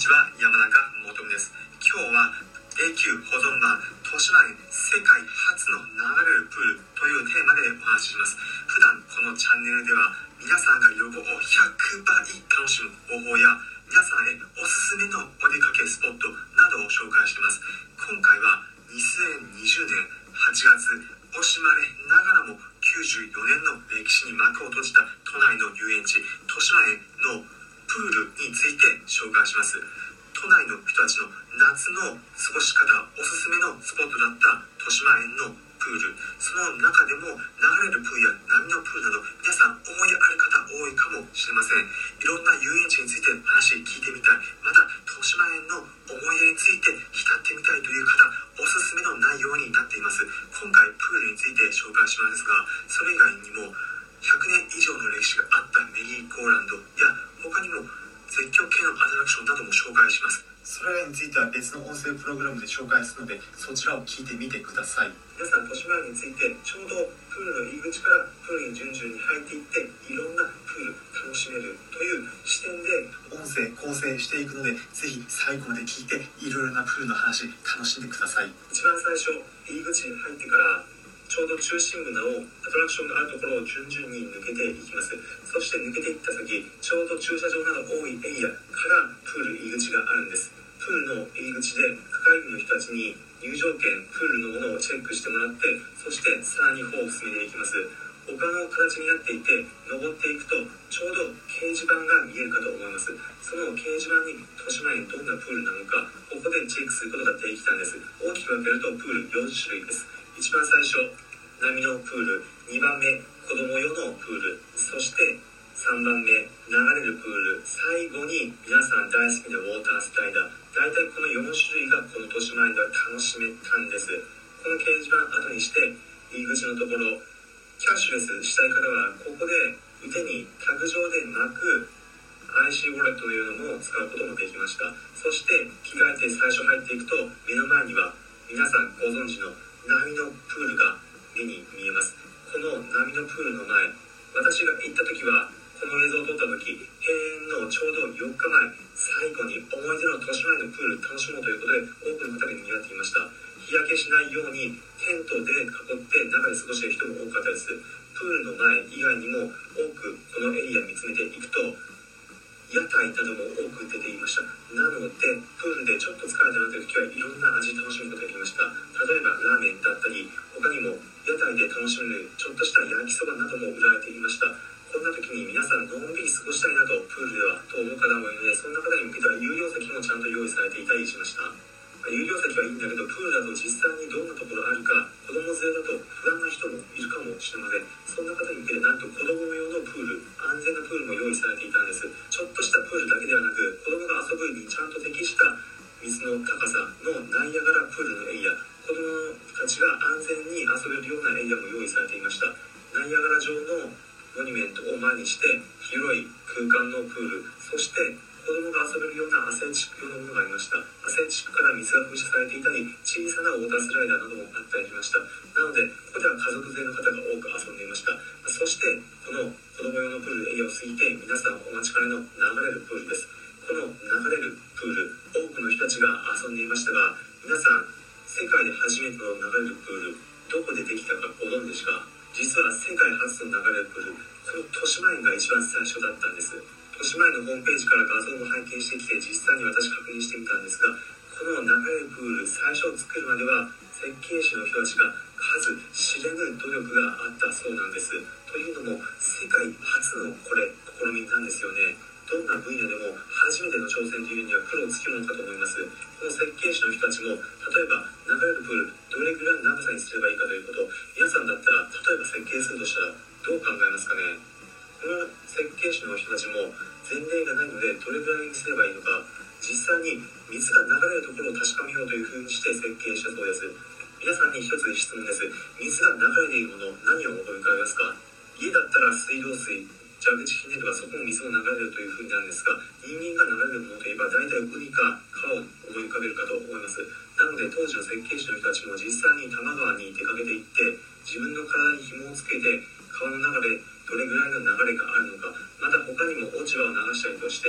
ちは、山中もとみです。今日は永久保存版豊島園世界初の流れるプールというテーマでお話しします。普段このチャンネルでは皆さんが旅行を100倍楽しむ方法や皆さんへおすすめのお出かけスポットなどを紹介しています。今回は2020年8月、惜しまれながらも94年の歴史に幕を閉じた都内の遊園地豊島園のプールについて紹介します。都内の人たちの夏の過ごし方おすすめのスポットだった豊島園のプール、その中でも流れるプールや波のプールなど皆さん思い出ある方多いかもしれません。いろんな遊園地について話聞いてみたい、また豊島園の思い出について浸ってみたいという方、おすすめの内容になっています。今回プールについて紹介しますが、それ以外にも100年以上の歴史があったメリーゴーランドや他にも絶叫系のアトラクションなども紹介します。それらについては別の音声プログラムで紹介するので、そちらを聞いてみてください。皆さん豊島園についてちょうどプールの入り口からプールに順々に入っていっていろんなプール楽しめるという視点で音声構成していくので、ぜひ最後まで聞いていろいろなプールの話楽しんでください。一番最初入り口に入ってからちょうど中心部のアトラクションがあるところを順々に抜けていきます。そして抜けていった先、ちょうど駐車場など多いエリアからプール入り口があるんです。プールの入り口で係員の人たちに入場券、プールのものをチェックしてもらって、そしてさらに歩を進めていきます。丘の形になっていて登っていくとちょうど掲示板が見えるかと思います。その掲示板に豊島園どんなプールなのかここでチェックすることができたんです。大きく分けるとプール4種類です。一番最初波のプール、2番目子供用のプール、そして3番目流れるプール、最後に皆さん大好きなウォータースライダー。大体この4種類がこの豊島園では楽しめたんです。この掲示板後にして入り口のところ、キャッシュレスしたい方はここで腕にタグ状で巻く IC ウォレットのようなものを使うこともできました。そして着替えて最初入っていくと目の前には皆さんご存知の波のプールが目に見えます。この波のプールの前、私が行った時はこの映像を撮った時、閉園のちょうど4日前、最後に思い出の豊島園のプール楽しもうということで多くの方が賑わっていました。日焼けしないようにテントで囲って中で過ごしている人も多かったです。プールの前以外にも多くこのエリア見つめていくと屋台なども多く出ていました。なのでプールでちょっと疲れたなという時はいろんな味楽しむことができました。例えばラーメンだったり他にも屋台で楽しめるちょっとした焼きそばなども売られていました。こんな時に皆さんのんびり過ごしたいなとプールではと思う方もいるので、そんな方に向けては有料席もちゃんと用意されていたりしました。有料席はいいんだけどプールだと実際にどんなところあるか子供連れだと不安な人もいるかもしれません。そんな方に向けてなんと子供用のプール、安全なプールも用意されていたんです。ちょっとしたプールだけではなく子供が遊ぶにちゃんと適した水の高さのナイアガラプールのエリア、子供たちが安全に遊べるようなエリアも用意されていました。ナイアガラ城のモニュメントを前にして広い空間のプール、そして子供が遊べるようなアスレチック用のものがありました。アスレチックから水が噴射されていたり小さなウォータースライダーなどもあったりしました。なのでここでは家族連れの方が多く遊んでいました。そしてこの子供用のプールエリアを過ぎて皆さんお待ちかねの流れるプールです。この流れるプール、多くの人たちが遊んでいましたが、皆さん世界で初めての流れるプールどこでできたかご存知ですか？実は世界初の流れるプール、この豊島園が一番最初だったんです。豊島園のホームページから画像も拝見してきて実際に私確認してみたんですが、この流れるプール最初作るまでは設計士の人たちが数知れぬ努力があったそうなんです。というのも世界初の試みなんですよね。どんな分野でも初めての挑戦というには苦労つきものかと思います。この設計士の人たちも例えば流れるプールどれぐらいの長さにすればいいかということ、皆さんだったら例えば設計するとしたらどう考えますかね。この設計士の人たちも前例がないのでどれぐらいにすればいいのか、実際に水が流れるところを確かめようというふうにして設計したそうです。皆さんに一つ質問です。水が流れているもの、何を思い浮かべますか？家だったら水道水、蛇口ひねればそこに水を流れるというふうになるんですが、人間が流れるものといえば大体海か川を思い浮かべるかと思います。なので当時の設計士の人たちも実際に多摩川に出かけていって自分の体に紐をつけて川の中でどれぐらいの流れがあるのか、また他にも落ち葉を流したりとして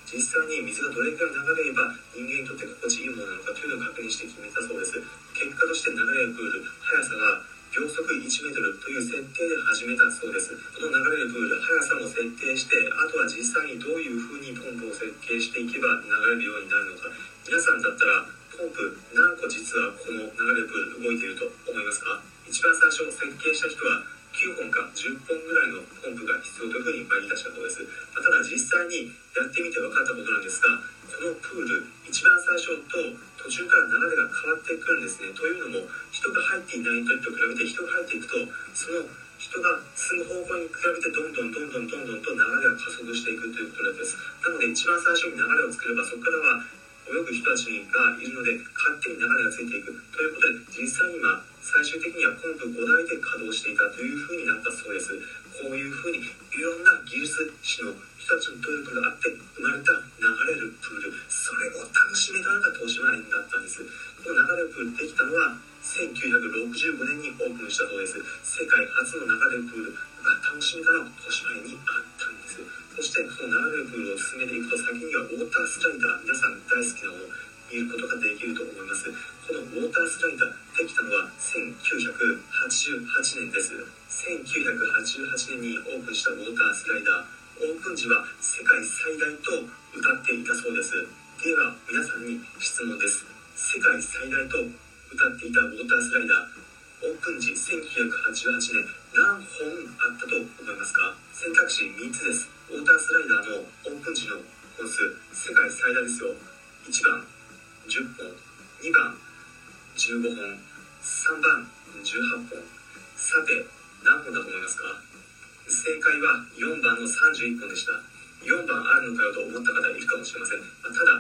実際に水がどれくらい流れれば人間にとって心地いいものなのかというのを確認して決めたそうです。結果として流れるプール速さが秒速1メートルという設定で始めたそうです。この流れるプール速さも設定して、あとは実際にどういう風にポンプを設計していけば流れるようになるのか。皆さんだったらポンプ何個実はこの流れるプール動いていると思いますか？一番最初設計した人は9本か10本ぐらいのポンプが必要というふうに言い出したそうです。ただ実際にやってみて分かったことなんですが、このプール一番最初と途中から流れが変わってくるんですね。というのも人が入っていない時と比べて人が入っていくと、その人が進む方向に比べてどんどんと流れが加速していくということです。なので一番最初に流れを作れば、そこからは泳ぐ人たちがいるので勝手に流れがついていくということで、実際に今最終的にはポンプ5台で稼働していたというふうになったそうです。こういうふうにいろんな技術士の人たちの努力があって生まれた流れるプール、それを楽しめたのが豊島園だったんです。この流れるプールできたのは1965年にオープンしたそうです。世界初の流れるプールが楽しめたのが豊島園にあったんです。そしてその流れるプールを進めていくと、先にはウォータースライダー、皆さん大好きなものを見ることができると思います。このウォータースライダーできたのは1988年です。1988年にオープンしたウォータースライダー、オープン時は世界最大と謳っていたそうです。では皆さんに質問です。世界最大と謳っていたウォータースライダー、オープン時1988年何本あったと思いますか？選択肢3つです。ウォータースライダーのオープン時の本数、世界最大ですよ。1番10本、2番15本、3番18本。さて何本だと思いますか？正解は4番の31本でした。4番あるのかよと思った方いるかもしれません。ただ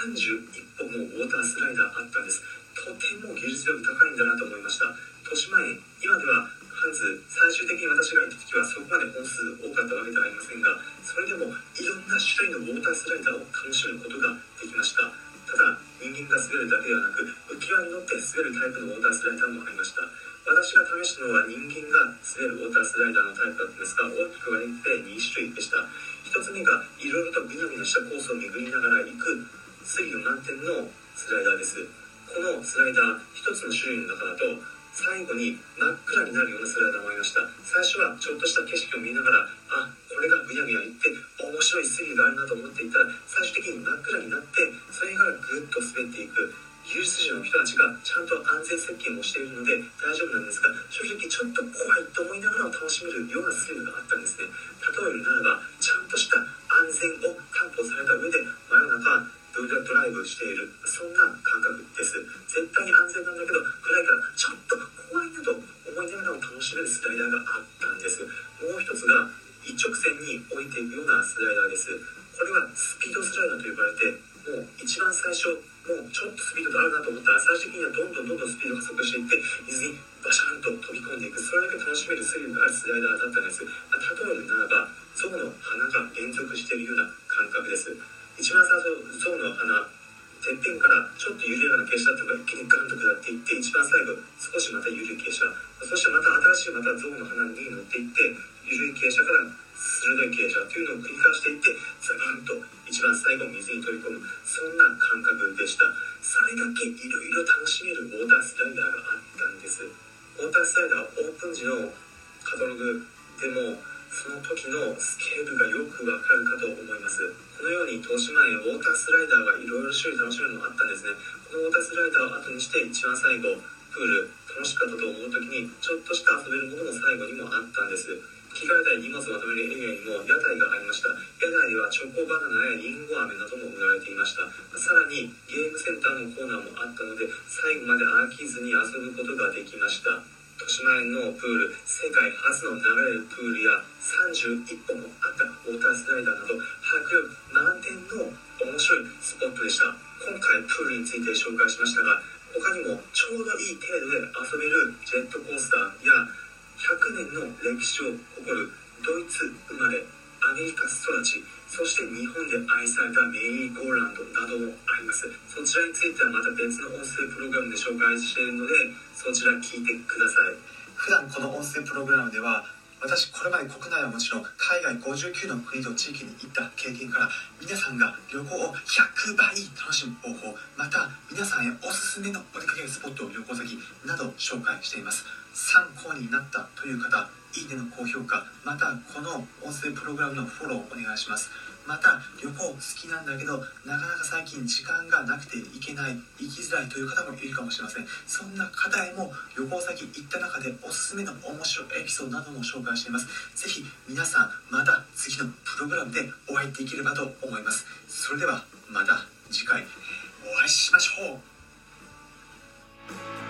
31本もウォータースライダーあったんです。とても技術力高いんだなと思いました。豊島園、今では最終的に私が行った時はそこまで本数多かったわけではありませんが、それでもいろんな種類のウォータースライダーを楽しむことができました。ただ人間が滑るだけではなく、浮き輪に乗って滑るタイプのウォータースライダーもありました。私が試したのは人間が滑るウォータースライダーのタイプだったんですが、大きく分けて2種類でした。1つ目がいろいろとぐにゃぐにゃしたコースを巡りながら行くスリル満点のスライダーです。このスライダー1つの種類の中だと最後に真っ暗になるようなスライダーもありました。最初はちょっとした景色を見ながら、これがぐにゃぐにゃいって面白いスリルがあるなと思っていたら、最終的に真っ暗になってそれからぐっと滑っていく技術者の人たちがちゃんと安全設計もしているので大丈夫なんですが、正直ちょっと怖いと思いながら楽しめるようなスリルがあったんですね。例えるならば、ちゃんとした安全を担保された上で真夜中ドライブしている、そんな感覚です。絶対に安全なんだけど暗いからちょっと怖いなと思いながらも楽しめるスライダーがあったんです。もう一つが一直線に降りていくようなスライダーです。これはスピードスライダーと呼ばれて、もう一番最初もうちょっとスピードあるなと思ったら、最終的にはどんどんスピード加速していって水にバシャンと飛び込んでいく、それだけ楽しめるスリルがあるスライダーだったんです。例えるならば象の鼻が連続しているような感覚です。一番最初象の鼻、てっぺんからちょっと緩やかな傾斜だったのが一気にガンと下っていって、一番最後少しまた緩い傾斜、そしてまた新しいまた象の鼻に乗っていって緩い傾斜から鋭い傾斜というのを繰り返していって、ザバンと一番最後水に飛び込む、そんな感覚でした。それだけいろいろ楽しめるウォータースライダーがあったんです。ウォータースライダーオープン時のカタログでもその時のスケールがよくわかるかと思います。このように豊島園ウォータースライダーがいろいろ種類楽しめるのがあったんですね。このウォータースライダーを後にして一番最後プール楽しかったと思う時にちょっとした遊べるものも最後にもあったんです。着替えたり荷物をまとめるエリアにも屋台がありました。屋台ではチョコバナナやリンゴ飴なども売られていました。さらにゲームセンターのコーナーもあったので、最後まで飽きずに遊ぶことができました。豊島園のプール、世界初の流れるプールや31本もあったウォータースライダーなど迫力満点の面白いスポットでした。今回プールについて紹介しましたが、他にもちょうどいい程度で遊べるジェットコースターや100年の歴史を誇るドイツ生まれアメリカ育ち、そして日本で愛されたメリーゴーランドなどもあります。そちらについてはまた別の音声プログラムで紹介しているので、そちら聞いてください。普段この音声プログラムでは私これまで国内はもちろん海外59の国と地域に行った経験から、皆さんが旅行を100倍楽しむ方法、また皆さんへおすすめのお出かけスポット、旅行先など紹介しています。参考になったという方、いいねの高評価、またこの音声プログラムのフォローお願いします。また旅行好きなんだけどなかなか最近時間がなくて行けない、行きづらいという方もいるかもしれません。そんな方へも旅行先行った中でおすすめの面白いエピソードなども紹介しています。ぜひ皆さんまた次のプログラムでお会いできればと思います。それではまた次回お会いしましょう。